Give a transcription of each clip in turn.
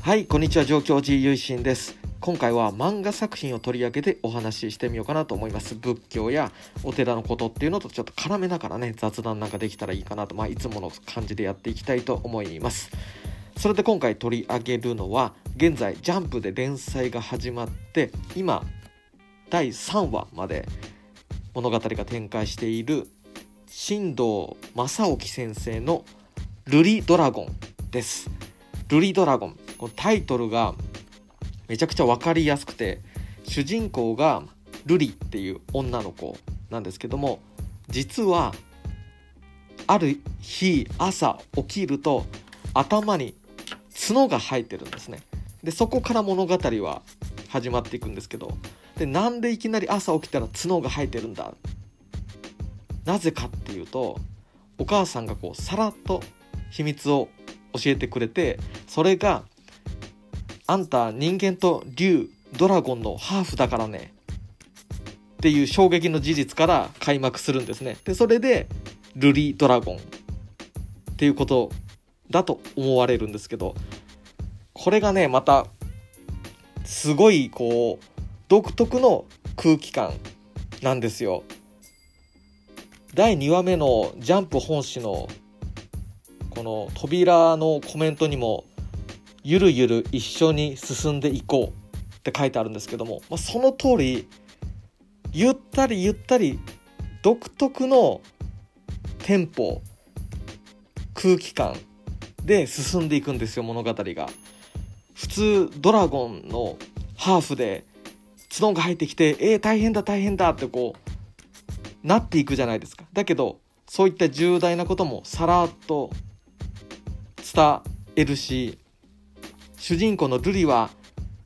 はい、こんにちは。上京寺ゆいしんです。今回は漫画作品を取り上げてお話ししてみようかなと思います。仏教やお寺のことっていうのとちょっと絡めながらね、雑談なんかできたらいいかなと、いつもの感じでやっていきたいと思います。それで今回取り上げるのは、現在ジャンプで連載が始まって今第3話まで物語が展開している新藤正興先生のルリドラゴンです。ルリドラゴン、このタイトルがめちゃくちゃ分かりやすくて、主人公がルリっていう女の子なんですけども、実はある日朝起きると頭に角が生えてるんですね。でそこから物語は始まっていくんですけど、でなんでいきなり朝起きたら角が生えてるんだ、なぜかっていうと、お母さんがさらっと秘密を教えてくれて、それがあんた人間と竜ドラゴンのハーフだからねっていう衝撃の事実から開幕するんですね。でそれでルリドラゴンっていうことだと思われるんですけど、これがねまたすごい独特の空気感なんですよ。第2話目のジャンプ本誌のこの扉のコメントにも、ゆるゆる一緒に進んでいこうって書いてあるんですけども、その通りゆったりゆったり独特のテンポ空気感で進んでいくんですよ、物語が。普通ドラゴンのハーフで角が入ってきて大変だ大変だってなっていくじゃないですか。だけどそういった重大なこともさらっと伝えるし、主人公のルリは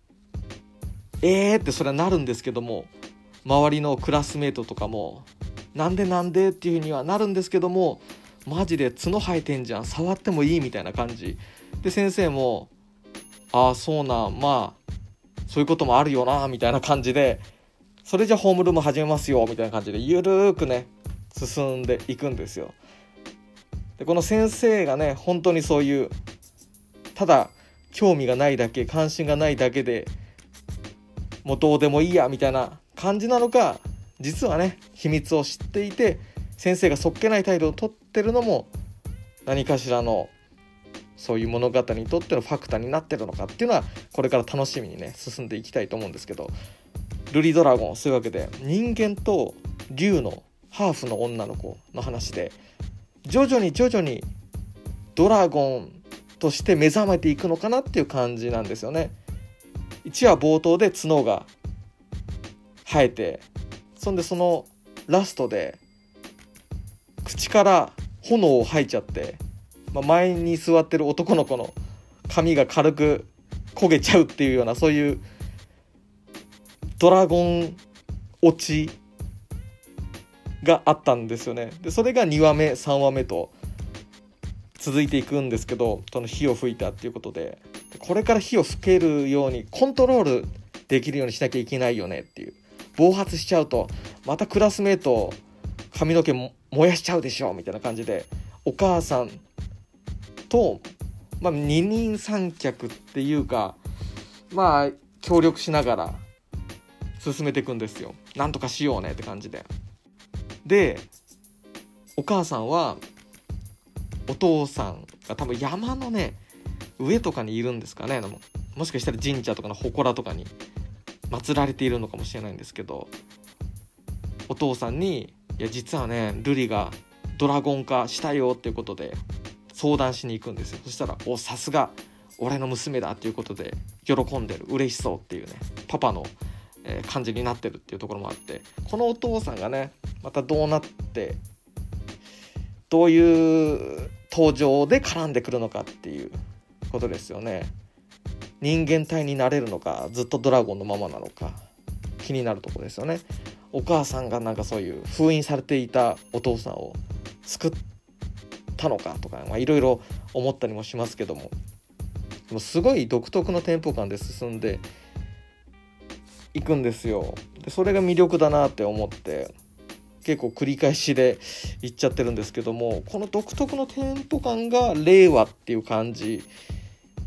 ってそれはなるんですけども、周りのクラスメートとかもなんでっていう風にはなるんですけども、マジで角生えてんじゃん、触ってもいいみたいな感じで、先生もそうな、そういうこともあるよなみたいな感じで、それじゃホームルーム始めますよみたいな感じでゆるーくね進んでいくんですよ。でこの先生がね本当にそういうただ興味がないだけ、関心がないだけでもうどうでもいいやみたいな感じなのか、実はね秘密を知っていて先生がそっけない態度をとってるのも何かしらのそういう物語にとってのファクターになってるのかっていうのは、これから楽しみにね進んでいきたいと思うんですけど、ルリドラゴン、そういうわけで人間と竜のハーフの女の子の話で、徐々にドラゴンとして目覚めていくのかなっていう感じなんですよね。1話冒頭で角が生えて、そのラストで口から炎を吐いちゃって、前に座ってる男の子の髪が軽く焦げちゃうっていうような、そういうドラゴン落ちがあったんですよね。でそれが2話目3話目と続いていくんですけど、その火を吹いたっていうことで、これから火を吹けるようにコントロールできるようにしなきゃいけないよねっていう、暴発しちゃうとまたクラスメート髪の毛燃やしちゃうでしょみたいな感じで、お母さんと、二人三脚っていうか協力しながら進めていくんですよ。なんとかしようねって感じで。でお母さんはお父さんが多分山のね上とかにいるんですかね。もしかしたら神社とかの祠とかに祀られているのかもしれないんですけど、お父さんにいや実はねルリがドラゴン化したよっていうことで相談しに行くんですよ。そしたらさすが俺の娘だっていうことで喜んでる、嬉しそうっていうねパパの感じになってるっていうところもあって、このお父さんがねまたどうなってどういう登場で絡んでくるのかっていうことですよね。人間体になれるのか、ずっとドラゴンのままなのか気になるところですよね。お母さんがなんかそういう封印されていたお父さんを救ったのかとか、いろいろ思ったりもしますけども、でもすごい独特のテンポ感で進んでいくんですよ。でそれが魅力だなって思って結構繰り返しで言っちゃってるんですけども、この独特のテンポ感が令和っていう感じ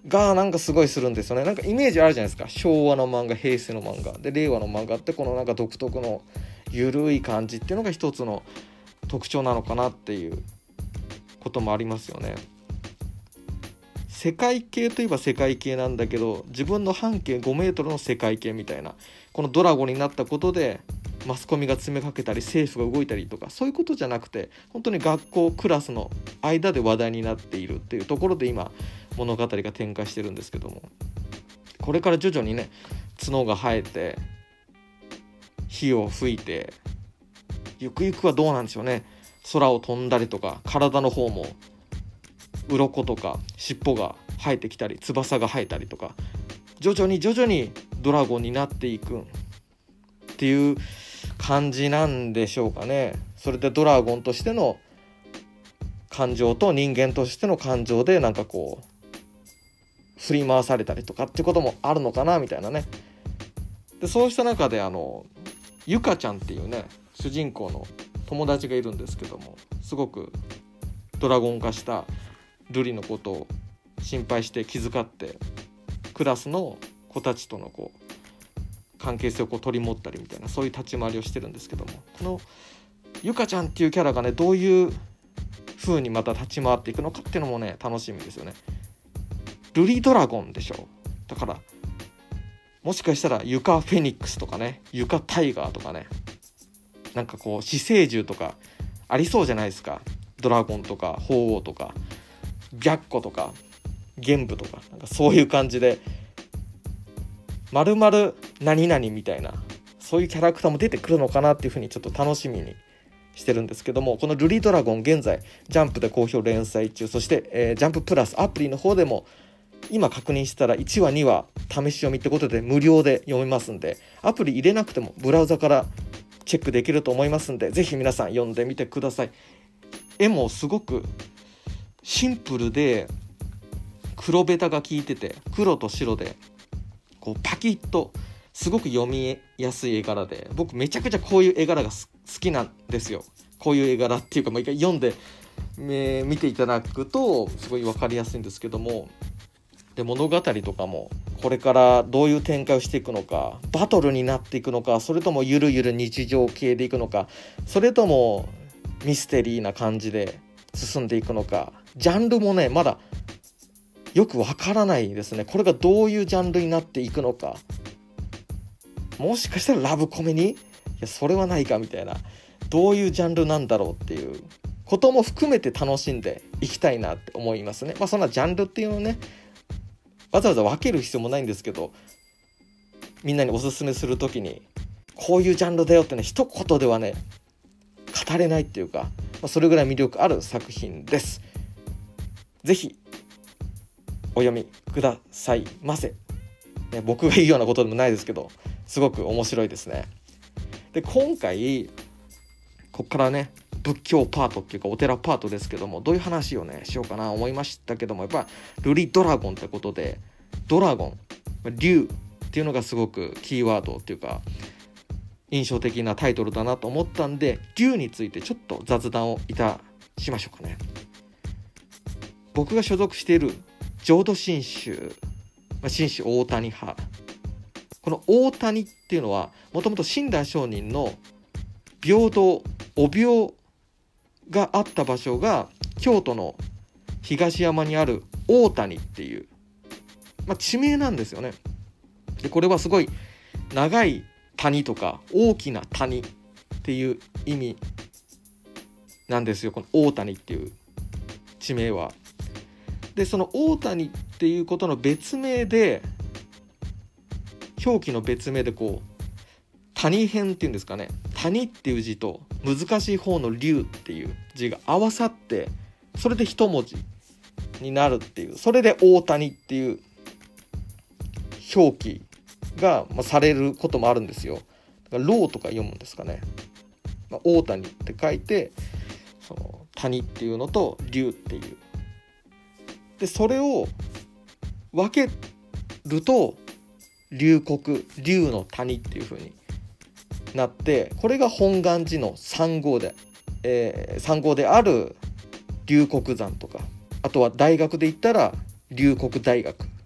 がなんかすごいするんですよね。なんかイメージあるじゃないですか。昭和の漫画、平成の漫画で、令和の漫画ってこのなんか独特のゆるい感じっていうのが一つの特徴なのかなっていうこともありますよね。世界系といえば世界系なんだけど、自分の半径5メートルの世界系みたいな、このドラゴンになったことでマスコミが詰めかけたり政府が動いたりとか、そういうことじゃなくて、本当に学校クラスの間で話題になっているっていうところで今物語が展開してるんですけども、これから徐々にね角が生えて火を吹いて、ゆくゆくはどうなんでしょうね。空を飛んだりとか、体の方も鱗とか尻尾が生えてきたり、翼が生えたりとか、徐々にドラゴンになっていくっていう感じなんでしょうかね。それでドラゴンとしての感情と人間としての感情でなんかこう振り回されたりとかってこともあるのかなみたいなね。でそうした中でゆかちゃんっていうね主人公の友達がいるんですけども、すごくドラゴン化した瑠璃のことを心配して気遣ってクラスの子たちとのこう関係性をこう取り持ったりみたいな、そういう立ち回りをしてるんですけども、このゆかちゃんっていうキャラがねどういう風にまた立ち回っていくのかっていうのもね楽しみですよね。瑠璃ドラゴンでしょ。だからもしかしたらゆかフェニックスとかね、ゆかタイガーとかね、なんかこう死生獣とかありそうじゃないですか。ドラゴンとか鳳凰とか白虎とか玄武とか、なんかそういう感じで〇〇何々みたいな、そういうキャラクターも出てくるのかなっていうふうにちょっと楽しみにしてるんですけども、この瑠璃ドラゴン現在ジャンプで好評連載中、そして、ジャンププラスアプリの方でも今確認したら1話2話試し読みってことで無料で読めますんで、アプリ入れなくてもブラウザからチェックできると思いますんで、ぜひ皆さん読んでみてください。絵もすごくシンプルで黒ベタが効いてて、黒と白でこうパキッとすごく読みやすい絵柄で、僕めちゃくちゃこういう絵柄が好きなんですよ。こういう絵柄っていうか、一回読んで、見ていただくとすごい分かりやすいんですけども、で物語とかもこれからどういう展開をしていくのか、バトルになっていくのか、それともゆるゆる日常系でいくのか、それともミステリーな感じで進んでいくのか、ジャンルもねまだよくわからないですね。これがどういうジャンルになっていくのか、もしかしたらラブコメに、いやそれはないかみたいな、どういうジャンルなんだろうっていうことも含めて楽しんでいきたいなって思いますね。そんなジャンルっていうのをねわざわざ分ける必要もないんですけど、みんなにおすすめするときにこういうジャンルだよってね一言ではね語れないっていうか、それぐらい魅力ある作品です。ぜひお読みくださいませ。僕が言うようなことでもないですけど、すごく面白いですね。で今回こっからね仏教パートっていうかお寺パートですけども、どういう話をねしようかな思いましたけども、やっぱ瑠璃ドラゴンってことで、ドラゴン竜っていうのがすごくキーワードっていうか印象的なタイトルだなと思ったんで、竜についてちょっと雑談をいたしましょうかね。僕が所属している浄土真宗、真宗大谷派、この大谷っていうのはもともと親鸞上人の平等お廟があった場所が京都の東山にある大谷っていう、地名なんですよね。でこれはすごい長い谷とか大きな谷っていう意味なんですよ、この大谷っていう地名は。でその大谷っていうことの別名で、表記の別名でこう谷編っていうんですかね、谷っていう字と難しい方の龍っていう字が合わさって、それで一文字になるっていう、それで大谷っていう表記がされることもあるんですよ。だからローとか読むんですかね。大谷って書いて、その谷っていうのと龍っていう、でそれを分けると龍谷、龍の谷っていう風になって、これが本願寺の3号で、ある龍谷山とか、あとは大学で言ったら龍谷大学っ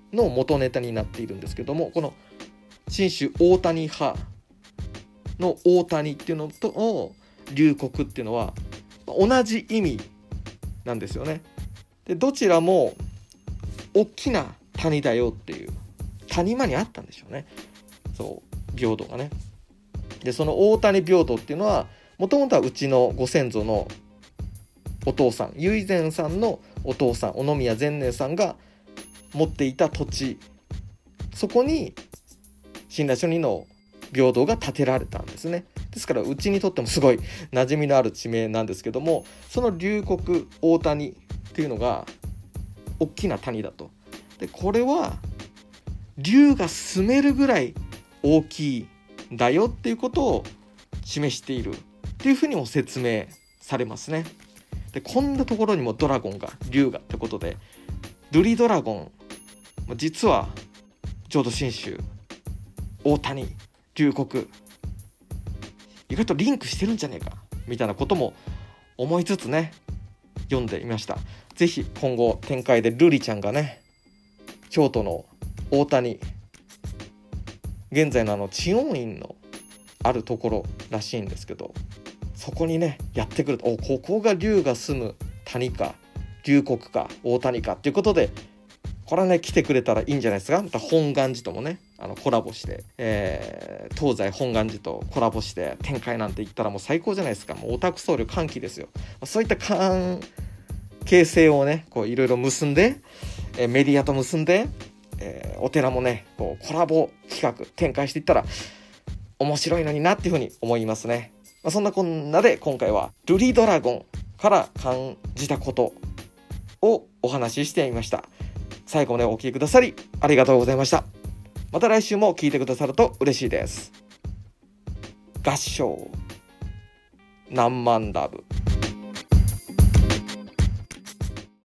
の元ネタになっているんですけども、この信州大谷派の大谷っていうのと龍谷っていうのは同じ意味なんですよね。でどちらも大きな谷だよっていう、谷間にあったんでしょうね、そう廟都がね。でその大谷廟都っていうのはもともとはうちのご先祖のお父さん、唯前さんのお父さん、小宮前年さんが持っていた土地、そこに親鸞聖人の廟都が建てられたんですね。ですからうちにとってもすごい馴染みのある地名なんですけども、その龍谷大谷っていうのが大きな谷だと。でこれは龍が住めるぐらい大きいんだよっていうことを示しているっていうふうにも説明されますね。でこんなところにもドラゴンが、龍がってことで、ルリドラゴン実は浄土真宗大谷龍谷意外とリンクしてるんじゃねえかみたいなことも思いつつね、読んでみました。ぜひ今後展開でルリちゃんがね、京都の大谷、現在の知恩院のあるところらしいんですけど、そこにねやってくると、ここが龍が住む谷か、龍谷か大谷かっていうことで、これはね来てくれたらいいんじゃないですか。また本願寺ともねコラボして、東西本願寺とコラボして展開なんて言ったらもう最高じゃないですか。もうオタク僧侶歓喜ですよ。そういった関係性をねこういろいろ結んで、メディアと結んで、お寺もねこうコラボ企画展開していったら面白いのになっていうふうに思いますね。そんなこんなで今回はルリドラゴンから感じたことをお話ししてみました。最後までお聞きくださりありがとうございました。また来週も聞いてくださると嬉しいです。合唱何万ラブ。